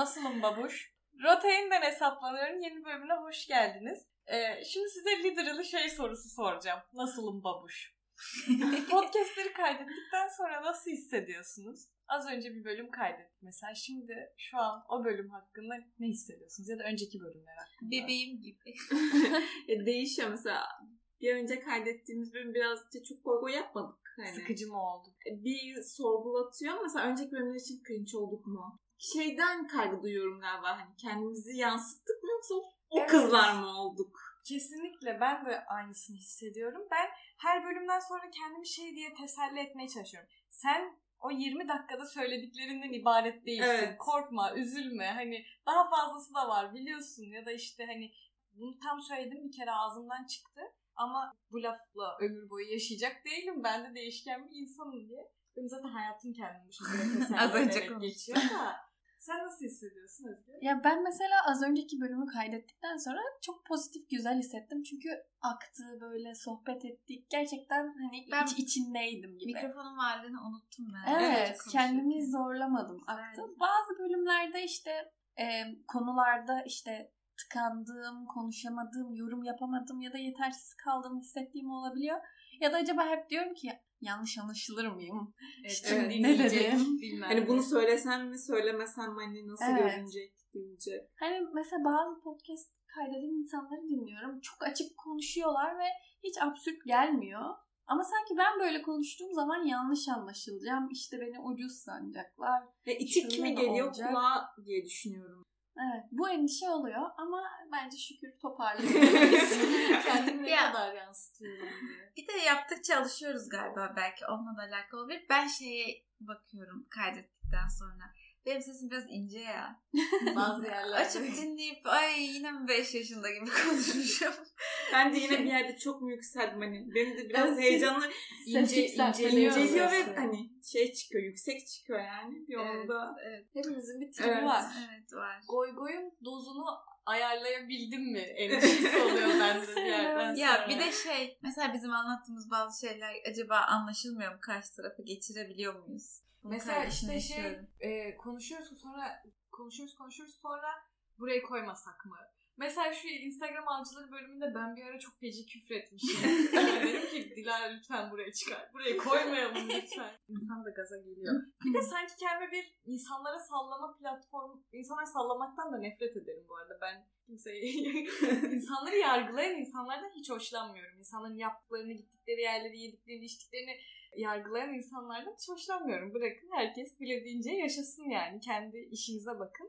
Nasılım babuş? Rotein'den hesaplanıyorum. Yeni bölümüne hoş geldiniz. Şimdi size literally sorusu soracağım. Nasılım babuş? Podcast'leri kaydettikten sonra nasıl hissediyorsunuz? Az önce bir bölüm kaydettik mesela. Şimdi şu an o bölüm hakkında ne hissediyorsunuz? Ya da önceki bölümler hakkında. Bebeğim gibi. Değişiyor mesela. Bir önce kaydettiğimiz bölüm birazcık çok goy goy yapmadık. Hani. Sıkıcı mı oldu? Bir sorgulatıyor. Mesela önceki bölümler için cringe olduk mu? Şeyden kaygı duyuyorum galiba. Hani kendimizi yansıttık mı yoksa o kızlar mı olduk? Kesinlikle ben de aynısını hissediyorum. Ben her bölümden sonra kendimi diye teselli etmeye çalışıyorum. Sen o 20 dakikada söylediklerinden ibaret değilsin. Evet. Korkma, üzülme. Hani daha fazlası da var biliyorsun. Ya da hani bunu tam söyledim bir kere ağzımdan çıktı. Ama bu lafla ömür boyu yaşayacak değilim. Ben de değişken bir insanım diye. Benim zaten hayatım kendim bu şekilde teselli ederek geçiyor da. Sen nasıl hissediyorsun Özgür? Ya ben mesela az önceki bölümü kaydettikten sonra çok pozitif, güzel hissettim. Çünkü aktı, böyle sohbet ettik. Gerçekten hani ben içindeydim gibi. Mikrofonun varlığını unuttum ben. Evet, kendimi zorlamadım. Aktı. Bazı bölümlerde konularda tıkandığım, konuşamadığım, yorum yapamadım ya da yetersiz kaldığımı hissettiğim olabiliyor. Ya da acaba hep diyorum ki yanlış anlaşılır mıyım? Evet, ne dedim? Hani bunu söylesem mi söylemesem mi hani nasıl görünecek, duyunacak? Hani mesela bazı podcast kaydeden insanları dinliyorum. Çok açık konuşuyorlar ve hiç absürt gelmiyor. Ama sanki ben böyle konuştuğum zaman yanlış anlaşılacağım. Beni ucuz sanacaklar. Ve itik mi geliyor kulağa diye düşünüyorum. Evet, bu endişe oluyor ama bence şükür toparlıyoruz. Kendimi ne kadar yansıtıyorum diye. Bir de yaptıkça alışıyoruz galiba, belki onunla da alakalı olabilir. Ben bakıyorum kaydettikten sonra. Benim sesim biraz ince ya. Bazı yerlerde. Açıp dinleyip yine mi 5 yaşında gibi konuşmuşum. Ben de yine bir yerde çok mu yükseldim hani. Benim de biraz heyecanlı inceliyor ve hani çıkıyor, yüksek çıkıyor yani. Bir onda. Evet. Hepimizin bir tribi var. Evet, var. Goygoy'un dozunu ayarlayabildim mi? Endişesi oluyor bende bir yerden sonra. Ya bir de mesela bizim anlattığımız bazı şeyler acaba anlaşılmıyor mu? Karşı tarafa geçirebiliyor muyuz? Mesela konuşuyoruz sonra burayı koymasak mı? Mesela şu Instagram avcıları bölümünde ben bir ara çok feci küfür etmişim. Dedim ki Dilara lütfen buraya çıkar. Burayı koymayalım lütfen. İnsan da gaza geliyor. Bir de sanki kendime bir insanlara sallama platformu, insanları sallamaktan da nefret ederim bu arada. Ben insanları yargılayan insanlardan hiç hoşlanmıyorum. İnsanların yaptıklarını, gittikleri yerleri, yediklerini, içtiklerini yargılayan insanlardan hiç hoşlanmıyorum. Bırakın herkes dilediğince yaşasın yani. Kendi işinize bakın.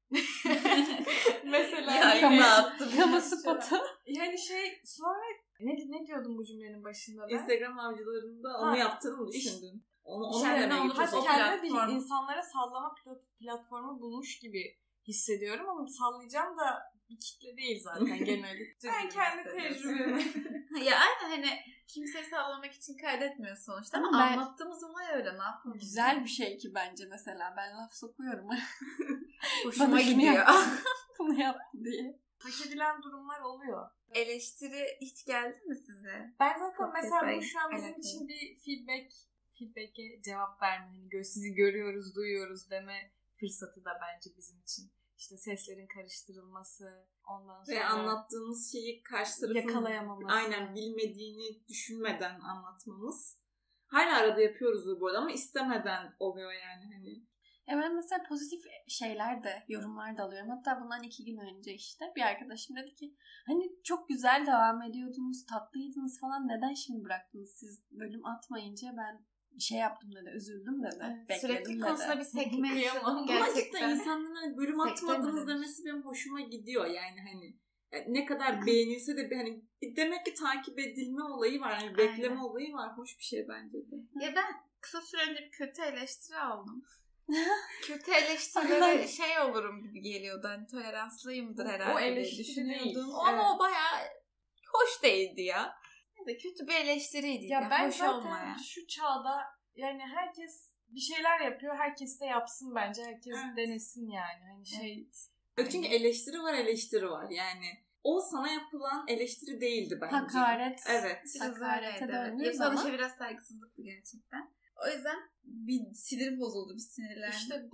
Mesela kamu spotu. Yani sonra ne diyordum bu cümlenin başında ben? Instagram avcılarında onu yaptığını mı düşündün? Onu kendime bir insanlara sallama platformu bulmuş gibi hissediyorum ama sallayacağım da bir kitle değil zaten genellikle. Ben kendi tecrübemi. Ya aynen hani kimseyi sallamak için kaydetmiyor sonuçta ama anlattığımız olay öyle, ne yapalım? Güzel bir şey ki bence mesela. Ben laf sokuyorum. Hoşuma gidiyor. Bunu yaptı diye. Hak edilen durumlar oluyor. Eleştiri hiç geldi mi size? Ben zaten mesela bu şu an bizim için bir feedback'e cevap verme. Hani sizi görüyoruz, duyuyoruz deme fırsatı da bence bizim için. Seslerin karıştırılması, ondan sonra... Ve anlattığımız şeyi karşı tarafın yakalayamaması. Aynen, bilmediğini düşünmeden anlatmamız. Hala arada yapıyoruz bu arada ama istemeden oluyor yani hani. Ben mesela pozitif şeyler de, yorumlar da alıyorum. Hatta bundan 2 gün önce bir arkadaşım dedi ki hani çok güzel devam ediyordunuz, tatlıydınız falan, neden şimdi bıraktınız? Siz bölüm atmayınca ben yaptım dedi, üzüldüm dedi. Evet, sürekli konusunda bir sekme yapamam. Gerçekten insanların bölüm atmadınız demesi benim hoşuma gidiyor yani hani. Ne kadar beğenilse de hani demek ki takip edilme olayı var, yani bekleme olayı var. Hoş bir şey bence de. Ya ben kısa süre önce bir kötü eleştiri aldım. Kötü eleştirilere olurum gibi geliyordu. Hani toleranslıyımdır herhalde. O eleştiri değil. Ama o bayağı hoş değildi ya. Kötü bir eleştiriydi. Ya ben hoş zaten şu çağda yani herkes bir şeyler yapıyor. Herkes de yapsın bence. Herkes denesin yani. Hani Çünkü eleştiri var yani. O sana yapılan eleştiri değildi bence. Hakaret. Evet. Hakarete döndüğü zaman biraz saygısızlıktı gerçekten. O yüzden bir sinirim bozuldu, bir sinirlendim. Bu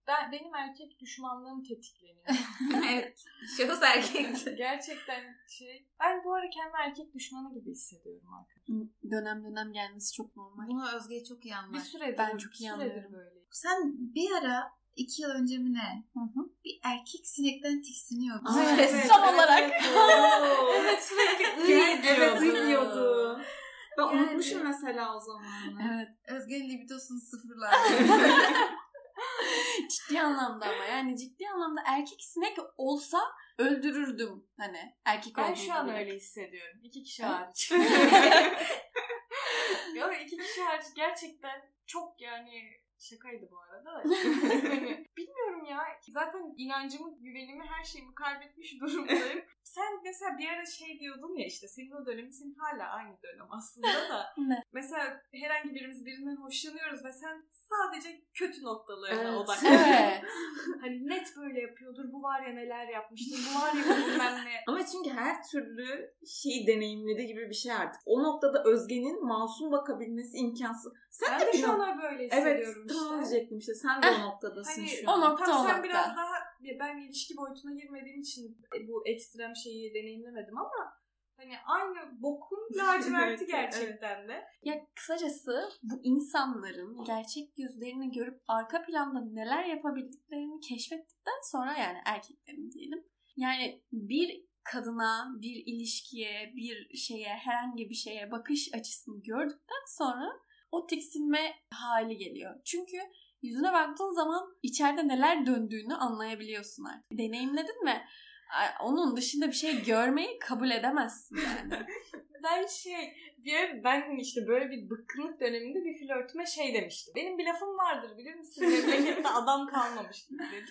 benim erkek düşmanlığım tetikleniyor. Evet. Şahıs erkekti. Gerçekten ben bu ara kendimi erkek düşmanı gibi hissediyorum arkadaşlar. Dönem dönem gelmesi çok normal. Bunu Özge çok iyi anlar. Bir süredir, Ben çok iyi anlıyorum. böyle. Sen bir ara 2 yıl önce mi ne? Bir erkek sinekten tiksiniyordun. Tam olarak. Evet, sürekli Evet, uyuyordu. Ben unutmuşum mesela o zamanı. Evet. Özge'nin libidosunu sıfırlar. Ciddi anlamda ama yani ciddi anlamda erkek sinek olsa öldürürdüm hani erkek Ben olduğunu şu an bilerek. öyle hissediyorum. 2 kişi hariç. Ya 2 kişi hariç gerçekten çok şakaydı bu arada. Hani, bilmiyorum ya. Zaten inancımı, güvenimi, her şeyimi kaybetmiş durumdayım. Sen mesela bir ara diyordun ya işte senin o dönemin senin hala aynı dönem aslında da. Ne? Mesela herhangi birinden hoşlanıyoruz ve sen sadece kötü noktalarına odaklanıyorsun. Evet. Hani net böyle yapıyordur. Bu var ya neler yapmıştır. Bu var ya bilmem ne. Ama çünkü her türlü şeyi deneyimledi gibi bir şey artık. O noktada Özge'nin masum bakabilmesi imkansız. Ben de şu an böyle hissediyorum evet, tam diyecektim işte. Sen de o noktadasın şu o an. nokta Tam o sen nokta. biraz daha ben ilişki boyutuna girmediğim için bu ekstrem şeyi deneyimlemedim ama hani aynı bokun laciverti gerçekten de. Ya kısacası bu insanların gerçek yüzlerini görüp arka planda neler yapabildiklerini keşfettikten sonra yani erkeklerin diyelim. Yani bir kadına, bir ilişkiye, bir herhangi bir şeye bakış açısını gördükten sonra o tiksinme hali geliyor. Çünkü yüzüne baktığın zaman içeride neler döndüğünü anlayabiliyorsun artık. Deneyimledin mi? Onun dışında bir şey görmeyi kabul edemezsin yani. Ben işte böyle bir bıkkınlık döneminde bir flörtüme demiştim. Benim bir lafım vardır bilir misin? Memlekette adam kalmamış gibi dedim.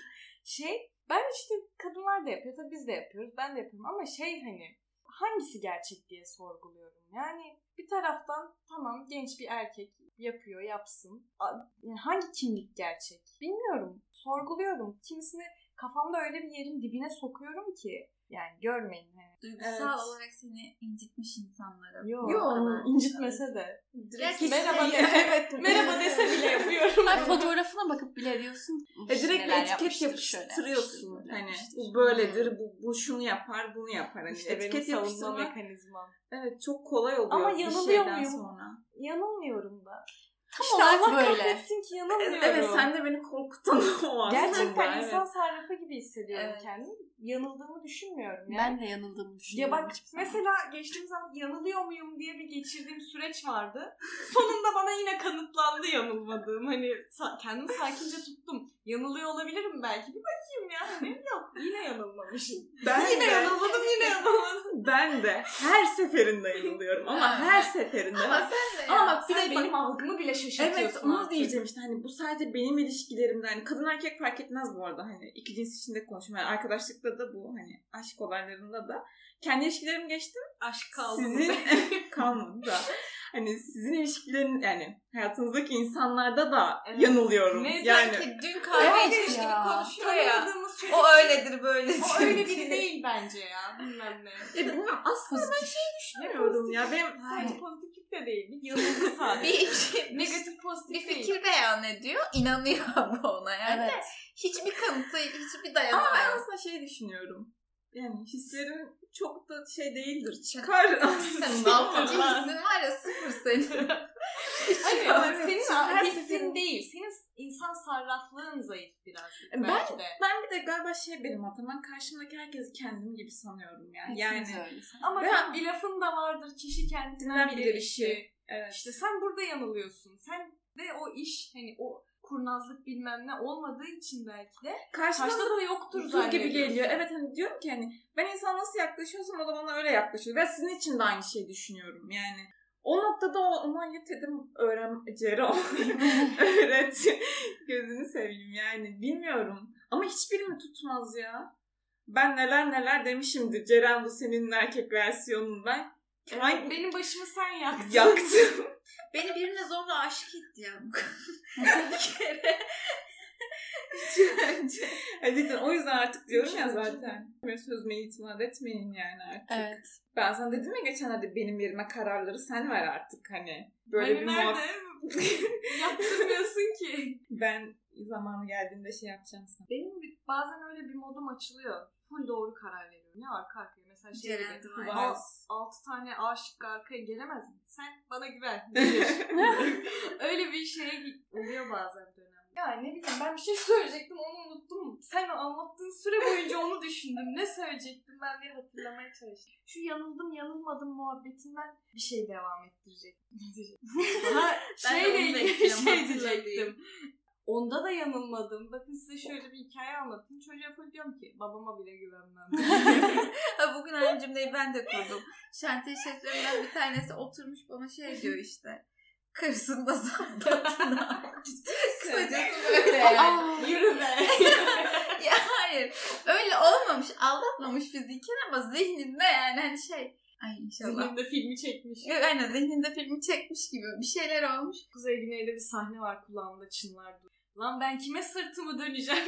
Ben işte kadınlar da yapıyor tabii biz de yapıyoruz ben de yapıyorum ama hangisi gerçek diye sorguluyorum. Yani bir taraftan tamam genç bir erkek yapıyor yapsın. Yani hangi kimlik gerçek? Bilmiyorum. Sorguluyorum. Kimisini kafamda öyle bir yerin dibine sokuyorum ki yani görmeyin. Duygusal olarak seni incitmiş insanlara. Yok incitmese de. Direkt Merhaba dese bile yapıyorum. Ay, fotoğrafına bakıp bile diyorsun. Direkt bir etiket yapıştırıyorsun. Hani bu böyledir, bu şunu yapar, bunu yapar. Hani İşte etiket benim yapıştırma mekanizmam. Evet çok kolay oluyor ama bir yanılıyor şeyden muyum? sonra. Yanılmıyorum da. Tam İşte olarak Allah böyle. kahretsin ki yanılmıyorum. Evet sen de beni korkutan o aslında. Gerçekten evet. insan sarrafı gibi hissediyorum Evet. kendimi. Yanıldığımı düşünmüyorum. Yani. Ben de yanıldığımı Ya düşünüyorum. bak mesela geçtiğimiz zaman yanılıyor muyum diye bir geçirdiğim süreç vardı. Sonunda bana yine kanıtlandı yanılmadığım. Hani kendimi sakince tuttum. Yanılıyor olabilirim belki. Bir bakayım ya. Hani yok yine yanılmamışım. Yine yanılmadım. Ben de her seferinde yanılıyorum ama her seferinde. Ama sen de Ama bak bir Sen de benim algımı bile şaşırtıyorsun. evet onu artık. diyeceğim işte hani bu sadece benim ilişkilerimde hani kadın erkek fark etmez bu arada hani iki cins içinde konuşuyorum. Yani arkadaşlıkta da bu hani aşk olaylarında da kendi ilişkilerimi geçtim. Aşk kaldı. Sizin kalmadı da hani sizin ilişkilerin yani hayatınızdaki insanlarda da yanılıyorum. Ne yani sanki dün kahve içmiş gibi konuşuyor ya. Tanımadığımız çocuk. O öyledir böyledir. O öyle biri değil bence ya. Bilmem ne. bilmiyorum aslında ben düşünmüyorum ya. Benim Sadece pozitiflik de değil. Bir yanılgı sadece. Negatif pozitif bir değil. fikir beyan ediyor. İnanıyor bu ona yani. Evet. Hiçbir kanıtı, hiçbir ama dayanamıyor. ben aslında düşünüyorum. Yani hislerim çok da değildir. Çıkar aslında. Senin altıncı hissin var ya sıfır senin. Hayır, senin her hissin seferin- değil. Senin insan sarraflığın zayıf birazcık Ben- belki de. Ben bir de galiba benim hatam. Ben karşımdaki herkesi kendim gibi sanıyorum yani. Yani Ama Ben- bir lafın da vardır. Kişi kendinden Kendinden bilir bilir işi. işi. Evet. İşte sen burada yanılıyorsun. Sen de o iş o kurnazlık bilmem ne olmadığı için belki de Karşıda karşıda da yoktur gibi zannediyorsun. geliyor. Evet diyorum ki ben insan nasıl yaklaşıyorsam o da bana öyle yaklaşıyor. Ve sizin için de aynı şeyi düşünüyorum yani. O noktada ona ayırt edin öğret gözünü seveyim yani bilmiyorum. Ama hiçbirini tutmaz ya. Ben neler demişimdir. Ceren bu senin erkek versiyonun ben. Evet, benim başımı sen yaktın. Yaktım. Beni birine zorla aşık etti ya. Bir kere. Cidden o yüzden artık diyorum ya zaten. Sözüme itimat etmeyin yani artık. Evet. Ben sana dedim ya geçenlerde benim yerime kararları sen ver artık hani. Böyle Hani bir nerede? Yaptırmıyorsun ki. Ben zamanı geldiğinde şey yapacağım sana. Benim bazen öyle bir modum açılıyor. Full doğru karar veriyorum. Ya arka arkaya. Mesela şey gibi. 6 tane A şıkkı arkaya gelemez mi? Sen bana güven. Öyle bir şey oluyor bazen dönem. Ya ne bileyim ben bir şey söyleyecektim onu unuttum. Sen anlattığın süre boyunca onu düşündüm. Ne söyleyecektim ben diye hatırlamaya çalıştım. Şu yanıldım yanılmadım muhabbetinden bir şey devam ettirecek. Şeyle ilgili bir şey diyecektim. Onda da yanılmadım. Bakın size şöyle bir hikaye anlatayım. Çocuğa full diyorum ki babama bile güvenmem. Bugün aynı cümleyi ben de kurdum. Şantiye şeflerinden bir tanesi oturmuş bana şey diyor işte. Karısını da zaptatına. Kısacası böyle yani. Yürü be. Ya hayır. Öyle olmamış. Aldatmamış fiziken ama zihninde yani hani şey. Ay inşallah. Zihninde filmi çekmiş. Aynen zihninde filmi çekmiş gibi bir şeyler olmuş. Kuzey Güney'de bir sahne var kulağımda çınlar. Lan ben kime sırtımı döneceğim?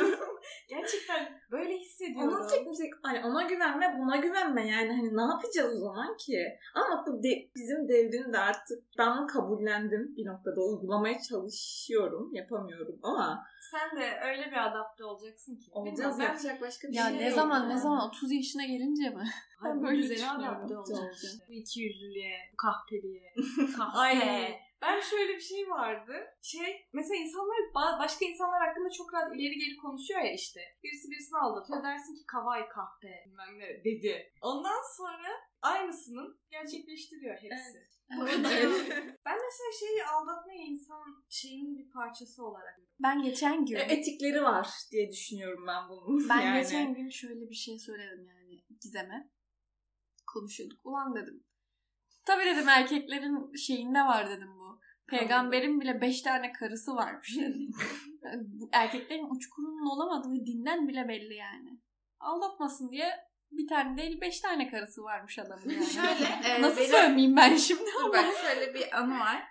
Gerçekten böyle hissediyorum. Ona çekmeyecek. Hani ona güvenme, buna güvenme yani. Hani ne yapacağız o zaman ki? Ama bu bizim devrini de artık ben bunu kabullendim bir noktada. Uygulamaya çalışıyorum. Yapamıyorum ama. Sen de öyle bir adapte olacaksın ki. Olacağız, yapacak başka bir ya şey ne yok. zaman 30 yaşına gelince mi? Hayır, bu böyle düzene adapte düşünüyorum. olacağız. Bu ikiyüzlülüğe, bu kahpeliğe. Ay. Ben şöyle bir şey vardı. Mesela insanlar başka insanlar hakkında çok rahat ileri geri konuşuyor ya işte. Birisi birisini aldatıyor. Dersin ki kawaii kahpe bilmem ne dedi. Ondan sonra aynısının gerçekleştiriyor hepsi. Evet. Ben mesela aldatmayı insan şeyin bir parçası olarak. Ben geçen gün etikleri var diye düşünüyorum ben bunun. Ben geçen gün şöyle bir şey söyledim yani Gizem'e. Konuşuyorduk. Ulan dedim. Tabii dedim erkeklerin şeyinde var dedim bu. Peygamberin bile 5 tane karısı varmış. Bu erkeklerin uçkurunun olamadığı dinden bile belli yani. Aldatmasın diye bir tane değil 5 tane karısı varmış adamın yani. Şöyle nasıl söylemeyeyim ben şimdi? Bak şöyle bir anı var.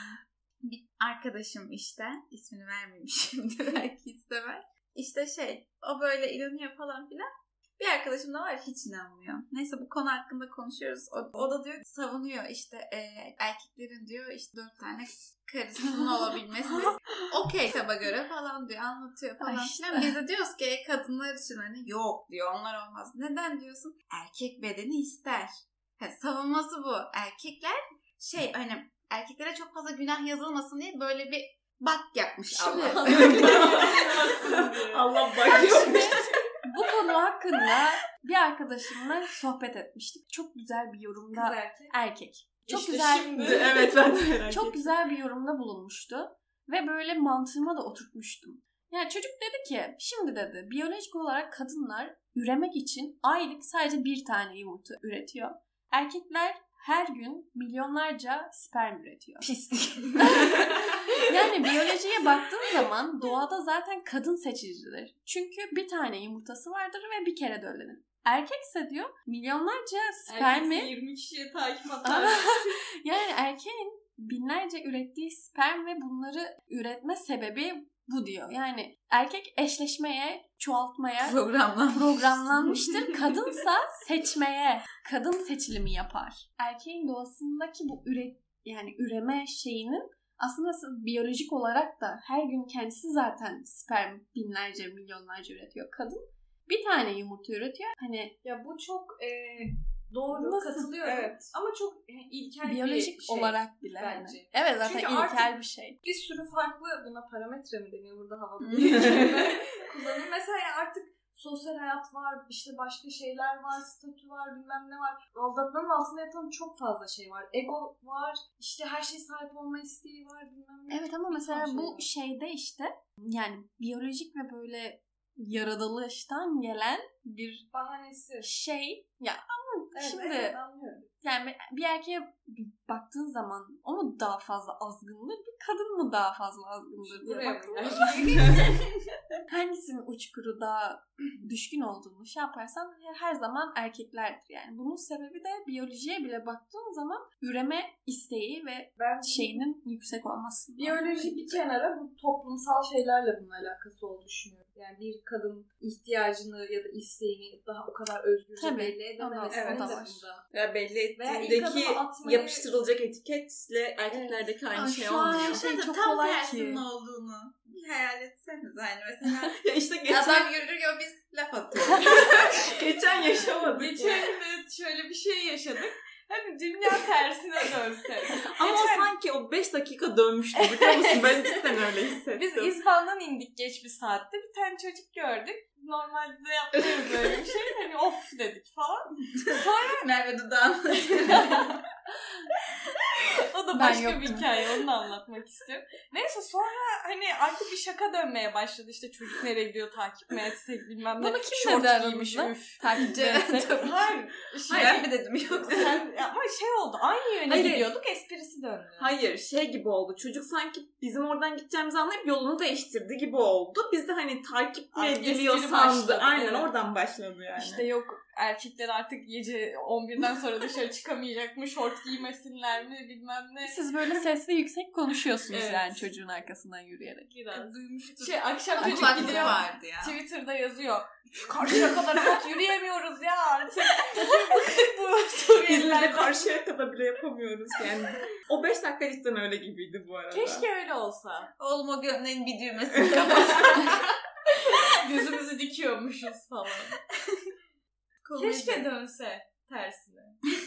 Bir arkadaşım işte ismini vermeyeyim şimdi belki istemez. İşte o böyle inanıyor falan filan. Bir arkadaşım da var hiç inanmıyor. Neyse bu konu hakkında konuşuyoruz. O da diyor savunuyor işte erkeklerin diyor işte 4 tane karısının olabilmesi. Okey taba göre falan diyor anlatıyor falan filan. Biz de diyoruz ki kadınlar için hani yok diyor onlar olmaz. Neden diyorsun? Erkek bedeni ister. Yani savunması bu. Erkekler hani erkeklere çok fazla günah yazılmasın diye böyle bir bak yapmış Allah. Allah bak yapmış. Bu konu hakkında bir arkadaşımla sohbet etmiştik. Çok güzel bir yorumda Kız erkek. Çok işte güzel. Şimdi. Evet ben de merak Çok güzel bir yorumda bulunmuştu ve böyle mantığıma da oturtmuştum. Yani çocuk dedi ki, şimdi dedi biyolojik olarak kadınlar üremek için aylık sadece bir tane yumurta üretiyor. Erkekler her gün milyonlarca sperm üretiyor. Pislik. Yani biyolojiye baktığın zaman doğada zaten kadın seçicidir. Çünkü bir tane yumurtası vardır ve bir kere döllenir. Erkekse diyor milyonlarca spermi... Erkekse 20 kişiye takip atar. Yani erkeğin binlerce ürettiği sperm ve bunları üretme sebebi bu diyor. Yani erkek eşleşmeye, çoğaltmaya programlanmıştır. Kadınsa seçmeye, kadın seçilimi yapar. Erkeğin doğasındaki bu üreme şeyinin aslında biyolojik olarak da her gün kendisi zaten sperm binlerce, milyonlarca üretiyor. Kadın bir tane yumurta üretiyor. Hani ya bu çok doğru, katılıyorum. Evet. Ama çok ilkel biyolojik bir şey. bile bence. Yani. Evet zaten çünkü ilkel bir şey. Bir sürü farklı buna parametre mi deniyor burada havada kullanıyor. Mesela artık sosyal hayat var, işte başka şeyler var, statü var, bilmem ne var. Aldatmanın altında yatan çok fazla şey var. Ego var, işte her şeye sahip olma isteği var, bilmem ne. Evet ama mesela bu şeyde işte yani biyolojik ve böyle yaratılıştan gelen bir bahanesi şey ya ama evet, şimdi evet, anlıyorum. Yani bir erkeğe baktığın zaman o mu daha fazla azgındır, bir kadın mı daha fazla azgındır diye baktığında hangisinin uçkuru daha düşkün olduğunu yaparsan her zaman erkeklerdir yani. Bunun sebebi de biyolojiye bile baktığın zaman üreme isteği ve şeyinin yüksek olması. Biyoloji bir kenara bu toplumsal şeylerle bunun alakası olduğunu düşünüyorum. Yani bir kadın ihtiyacını ya da isteğini daha o kadar özgürce belli edememesinin de bunda. Ya belli ettiğindeki yapıştırılacak etiketle erkeklerdeki aynı şey olmuyor. Çok tam kolay tersinin olduğunu. bir hayal etsenize. Yani mesela Ya işte geçen, adam yürüyor biz laf atıyoruz. geçen yaşamadık. Geçen gün şöyle bir şey yaşadık. Hani dünya tersine dönse. Ama o sanki o 5 dakika dönmüştü biliyor musun? Ben cidden öyle hissettim. Biz İzban'dan indik geç bir saatte. Bir tane çocuk gördük. Normalde de yapmıyoruz böyle bir şey. Hani of dedik falan. Merve Dudağ'ın O da Ben başka bir yoktum. hikaye. Onu da anlatmak istiyorum. Neyse sonra hani artık bir şaka dönmeye başladı. İşte çocuk nereye gidiyor takip mi etsek bilmem ne. Bunu kim Şort dedi giymiş aramızda? üf. Takipçi Hayır. ben mi dedim yoksa? Sen, ama şey oldu. Aynı yöne Hayır. gidiyorduk. Esprisi döndü. Hayır şey gibi oldu. Çocuk sanki bizim oradan gideceğimizi anlayıp yolunu değiştirdi gibi oldu. Biz de hani takip mi Ay, ediliyor espri sandı. başladı, Aynen evet. oradan başladı yani. İşte yok erkekler artık gece 11'den sonra dışarı çıkamayacak mı? Şort giymesinler mi? Bilmem ne. Siz böyle sesli yüksek konuşuyorsunuz Evet. yani çocuğun arkasından yürüyerek. Biraz. Duymuştum. Şey akşam çocuk Kulaklığı gidiyor. vardı ya. Twitter'da yazıyor. Karşıya kadar rahat yürüyemiyoruz ya artık. Bıktık bu Biz de Suriyelilerden. karşıya kadar bile yapamıyoruz yani. O 5 dakika cidden öyle gibiydi bu arada. Keşke öyle olsa. Oğlum o gömleğin bir düğmesini kapat. Gözümüzü dikiyormuşuz falan. Keşke dönse tersine.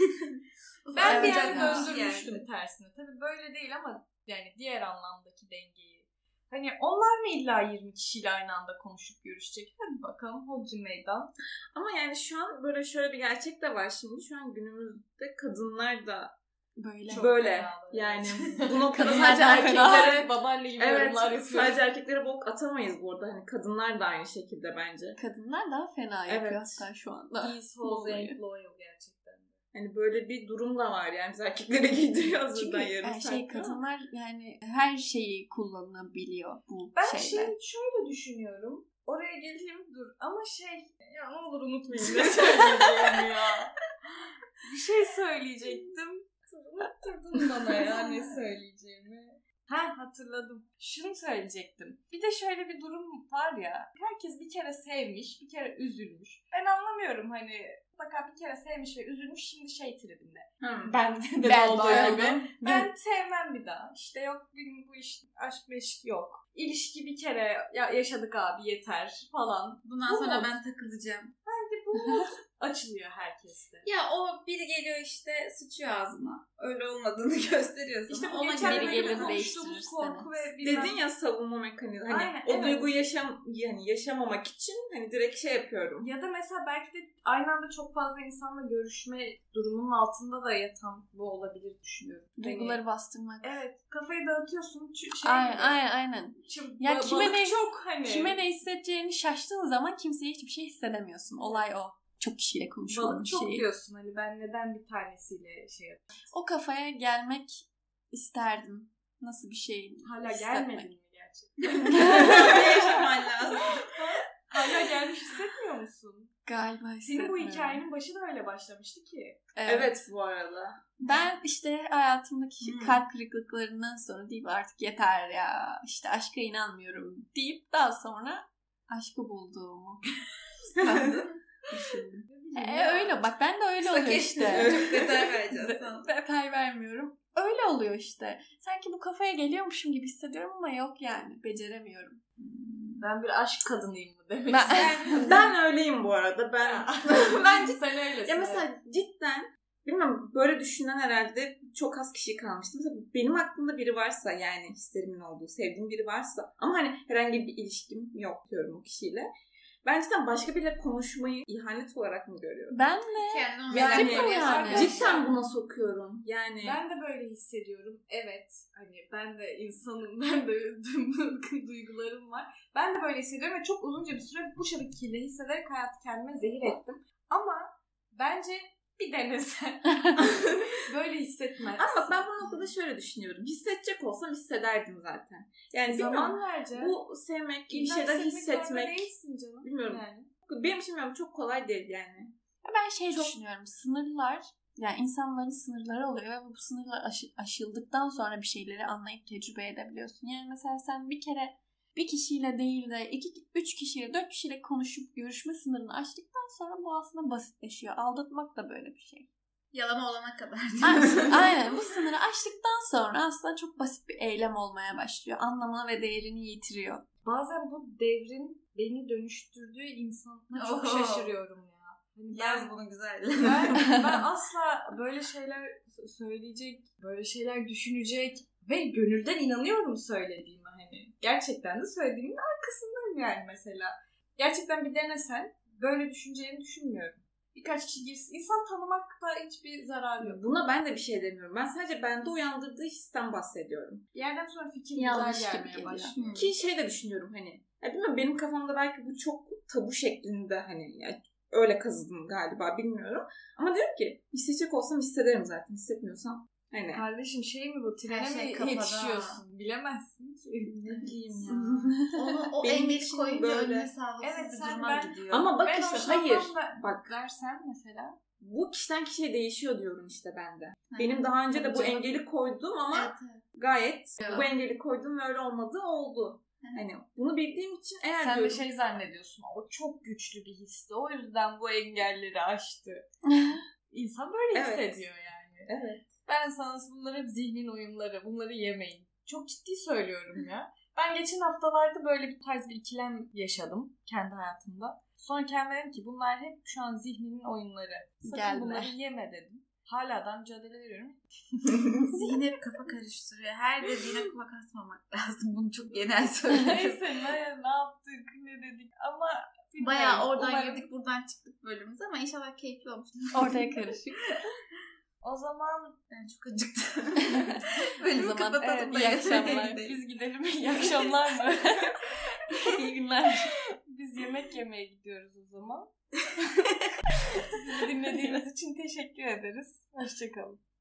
Ben bir yerde döndürmüştüm tersine. Tabii böyle değil ama yani diğer anlamdaki dengeyi. Hani onlar mı illa 20 kişiyle aynı anda konuşup görüşecek? Hadi bakalım hodri meydan. Ama yani şu an böyle şöyle bir gerçek de var şimdi. Şu an günümüzde kadınlar da Böyle. Çok böyle. fenalar, Yani evet. bu noktada Kadınlar sadece daha fena. erkeklere Babaanne gibi evet yorumlar yapıyor. sadece erkeklere bok atamayız bu arada. Hani kadınlar da aynı şekilde bence. Kadınlar daha fena yapıyor Evet. hatta şu anda. These hoes Olayı. ain't loyal gerçekten. Hani böyle bir durum da var yani biz erkeklere giydiriyoruz Çünkü buradan yarım şey saatte ama. kadınlar yani her şeyi kullanabiliyor bu Ben şeyle. şöyle düşünüyorum. Oraya geleyim dur ama ya ne olur unutmayayım ne söyleyeceğimi ya. Bir şey söyleyecektim. Unutturdun bana ya ne söyleyeceğimi. Hatırladım. Şunu söyleyecektim. Bir de şöyle bir durum var ya. Herkes bir kere sevmiş, bir kere üzülmüş. Ben anlamıyorum hani mutlaka bir kere sevmiş ve üzülmüş şimdi tribinde. Ben de Ben olduğu doyamadım. gibi. Ben sevmem bir daha. İşte yok benim bu iş aşk meşk yok. İlişki bir kere yaşadık abi yeter falan. Bundan Bu sonra mu? ben takılacağım. Bence bu açılıyor herkeste. Ya o biri geliyor işte sıçıyor ağzına. Öyle olmadığını gösteriyor sana. İşte bu Ona geçen biri bölümde gelir konuştuğumuz değiştirir korku ve bilmem... Dedin ya savunma mekanizması. Hani Aynen, o evet. duyguyu yaşamamak için hani direkt şey yapıyorum. Ya da mesela belki de aynı anda çok fazla insanla görüşme durumunun altında da yatan bu olabilir düşünüyorum. Duyguları bastırmak. Evet. Kafayı dağıtıyorsun. Aynen. Ya kime ne çok hani. Kime ne hissedeceğini şaştığın zaman kimseye hiçbir şey hissedemiyorsun. Olay o. Çok kişiyle konuşmanın Balık çok şeyi. diyorsun hani ben neden bir tanesiyle yapayım. O kafaya gelmek isterdim. Nasıl bir şey Hala hissetmek. gelmedin mi gerçekten? ne yaşaman lazım. Hala gelmiş hissetmiyor musun? Galiba Senin bu hissetmiyorum. hikayenin başı da öyle başlamıştı ki. Evet bu arada. Ben işte hayatımdaki Hmm. kalp kırıklıklarından sonra deyip artık yeter ya işte aşka inanmıyorum deyip daha sonra aşkı bulduğumu düşündüm. Öyle bak ben de öyle oluyor işte. Çok detay vereceğiz sana. Detay vermiyorum. Öyle oluyor işte. Sanki bu kafaya geliyormuşum gibi hissediyorum ama yok yani. Beceremiyorum. Ben bir aşk kadınıyım mı demek Ben öyleyim bu arada. Bence sen öylesin. Ya mesela cidden bilmiyorum böyle düşünen herhalde çok az kişi kalmıştı. Mesela benim aklımda biri varsa yani hislerimin olduğu, sevdiğim biri varsa ama hani herhangi bir ilişkim yok diyorum o kişiyle. Ben cidden başka biriyle konuşmayı ihanet olarak mı görüyorum? Ben de. Yani cidden buna sokuyorum. Yani Ben de böyle hissediyorum. Evet. Hani ben de insanım. Ben de duygularım var. Ben de böyle hissediyorum ve çok uzunca bir süre bu şekilde hissederek hayatı kendime zehir ettim. Ama bence bir denesen. Böyle hissetmez. ama ben bu noktada şöyle düşünüyorum. Hissedecek olsam hissederdim zaten. Yani zaman vereceğim. Bu sevmek, bir İlla şeyler zorunda hissetmek. değilsin canım. Bilmiyorum. Yani. Benim için bilmiyorum, çok kolay değil yani. Ben düşünüyorum. Sınırlar yani insanların sınırları oluyor ve bu sınırlar aşıldıktan sonra bir şeyleri anlayıp tecrübe edebiliyorsun. Yani mesela sen bir kere bir kişiyle değil de 3 kişiyle 4 kişiyle konuşup görüşme sınırını aştıktan sonra bu aslında basitleşiyor. Aldatmak da böyle bir şey. Yalan olana kadar. Aynen bu sınırı aştıktan sonra aslında çok basit bir eylem olmaya başlıyor. Anlamını ve değerini yitiriyor. Bazen bu devrin beni dönüştürdüğü insana çok Oho. şaşırıyorum ya. Hani Yaz bunu güzel. ben asla böyle şeyler söyleyecek, böyle şeyler düşünecek ve gönülden inanıyorum söylediğime hani. Gerçekten de söylediğimin arkasındayım yani mesela. Gerçekten bir denesen böyle düşüneceğini düşünmüyorum. Birkaç kişi girsin. İnsan tanımakta hiçbir zararı yok. Buna ben de bir şey demiyorum. Ben sadece bende uyandırdığı histen bahsediyorum. Bir yerden sonra fikir Yanlış güzel gibi gelmeye geliyor. başlıyor. Ki şey de düşünüyorum hani. Ya bilmiyorum, benim kafamda belki bu çok tabu şeklinde hani ya öyle kazıdım galiba, bilmiyorum. Ama diyorum ki hissedecek olsam hissederim zaten. Hissetmiyorsam hani. Kardeşim şey mi bu? Trene Her şey mi kafada. yetişiyorsun? Bilemezsin ki. Ne bileyim ya. Onu o Benim engeli için koyunca böyle. önüne sağlıksız Evet, bir sen duruma ben- gidiyor. Ama bak Ben işte hoşlanmam hayır. da- Bak dersen mesela. bu kişiden kişiye değişiyor diyorum işte ben de. Hı. Benim daha önce de Tabii bu canım. engeli koydum ama Evet, evet. gayet Evet. bu engeli koydum ve öyle olmadı oldu. Hani bunu bildiğim için eğer Sen de diyorum, şey zannediyorsun. O çok güçlü bir histi. O yüzden bu engelleri aştı. İnsan böyle Evet. hissediyor yani. evet. Ben sana bunlar hep zihnin oyunları. Bunları yemeyin. Çok ciddi söylüyorum ya. Ben geçen haftalarda böyle bir tarz bir ikilem yaşadım kendi hayatımda. Sonra kendime dedim ki bunlar hep şu an zihninin oyunları. Sakın Gelme. bunları yeme dedim. Hala da mücadele veriyorum. Zihin hep kafa karıştırıyor. Her dediğine kulak asmamak lazım. Bunu çok genel söyledim. Neyse ne yaptık ne dedik ama bilmiyorum. Bayağı oradan Umarım- girdik buradan çıktık bölümümüz ama inşallah keyifli olmuş. Ortaya karışık. O zaman Ben çok acıktım. O Bölümü zaman kapatalım evet, da iyi akşamlar. gidelim. Biz gidelim. İyi akşamlar mı? İyi günler. Biz yemek yemeye gidiyoruz o zaman. Bizi dinlediğiniz için teşekkür ederiz. Hoşçakalın.